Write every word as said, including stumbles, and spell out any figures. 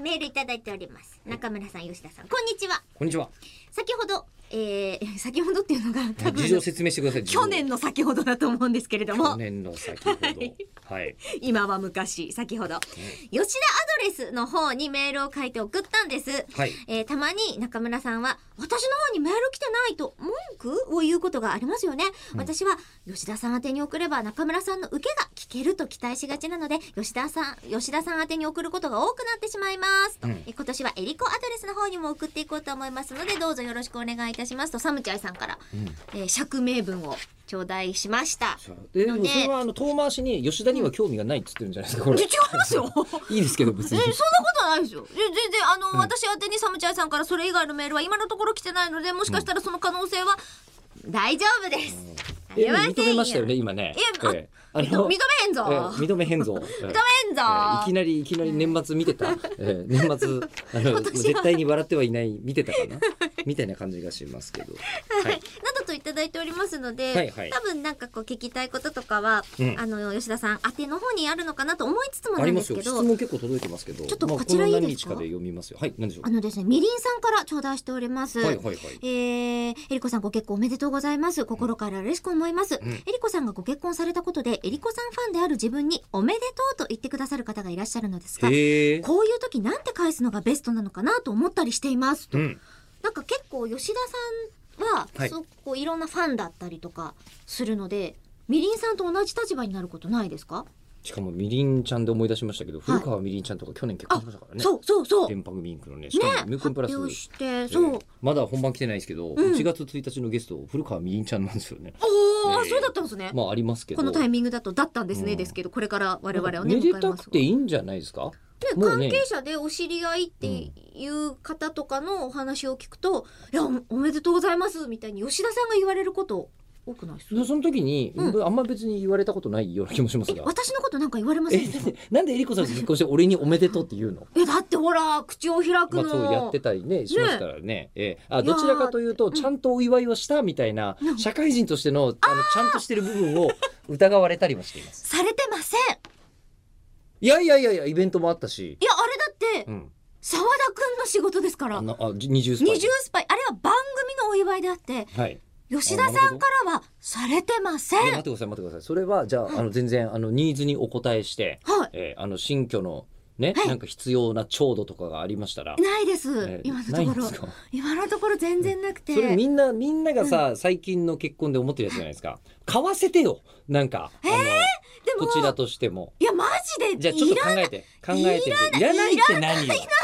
メールいただいております。中村さん、吉田さん、こんにちは。 こんにちは。 先ほど、えー、先ほどっていうのが多分事情説明してください。 去年の先ほどだと思うんですけれども、 去年の先ほど、はい、 今は昔、先ほど、うん、吉田アドレスの方にメールを書いて送ったんです、 はい。 えー、たまに中村さんは私の方にメール来てないと文句を言うことがありますよね、うん、私は吉田さん宛てに送れば中村さんの受けが聞けると期待しがちなので、吉田さん吉田さん宛てに送ることが多くなってしまいますと、うん、え今年はエリコアドレスの方にも送っていこうと思いますので、どうぞよろしくお願いいたしますと、サムチャイさんから、うん、えー、釈明文を頂戴しました。 でもそれはあの遠回しに吉田には興味がないって言ってるんじゃないですか、これ。 違いますよいいですけど別に、 えー、そんなことはないですよ。全然あの、うん、私宛てにサムチャイさんからそれ以外のメールは今のところ来てないので、もしかしたらその可能性は大丈夫です、うん、 え認めましたよね今ね。 いや、えあの認めへんぞ、え認めへんぞ認めへんぞ、 えいきなりいきなり年末見てた、え年末あの絶対に笑ってはいない見てたかなみたいな感じがしますけど、 はい、などといただいておりますので、はいはい、多分なんかこう聞きたいこととかは、うん、あの吉田さん宛ての方にあるのかなと思いつつもなんですけど、 質問結構届いてますけど、 ちょっとこちらいいですか。まあ、この何日かで読みますよ。はい、何でしょう。 あのですね、みりんさんから頂戴しております。 はいはいはい。 えー、えりこさんご結婚おめでとうございます。心から嬉しく思います。うん、えりこさんがご結婚されたことで、えりこさんファンである自分におめでとうと言ってくださる方がいらっしゃるのですが、こういう時なんて返すのがベストなのかなと思ったりしていますと。うん、なんか結構吉田さんは、はい、そうこういろんなファンだったりとかするので、みりんさんと同じ立場になることないですか。 しかもみりんちゃんで思い出しましたけど、はい、古川みりんちゃんとか去年結婚しましたからね。 そうそうそう。 電波組インクのね、しかもミューコンプラス、 ね、発表して、そう、 えー、まだ本番来てないですけど、うん、いちがつついたちのゲスト古川みりんちゃんなんですよね。 おー、えー、そうだったんですね。 まあありますけど、 このタイミングだとだったんですね、うん、ですけど、これから我々はね、 めでたくていいんじゃないですか。 ね、関係者でお知り合いっていう方とかのお話を聞くと、うん、いや お, おめでとうございますみたいに吉田さんが言われること多くないですか。 その時に、うん、あんま別に言われたことないような気もしますが。 私のことなんか言われませんか。 なんでえりこさんと結婚して俺におめでとうって言うの。 えだってほら口を開くの、 まあ、そうやってたりねしますからね。ねえー、あどちらかというとちゃんとお祝いをしたみたいな、うん、社会人としての、あのちゃんとしてる部分を疑われたりもしています。 されてません。 いやいやいやいやイベントもあったし。 いやあれだって、うん、澤田くんの仕事ですから。 あのあ二重スパイ。 二重スパイあれは番組のお祝いであって。はい。吉田さんからはされてません。 待ってください待ってください。それはじゃあ、はい、あの全然あのニーズにお答えして、はい、えー、あの新居のね、はい、なんか必要な調度とかがありましたら。 ないです、えー、今のところ今のところ全然なくて、 それみんなみんながさ、うん、最近の結婚で思ってるやつじゃないですか。買わせてよなんか、 えー、あのでもこちらとしても。 いやマジでじゃあちょっと考えて考えていらないって何よ。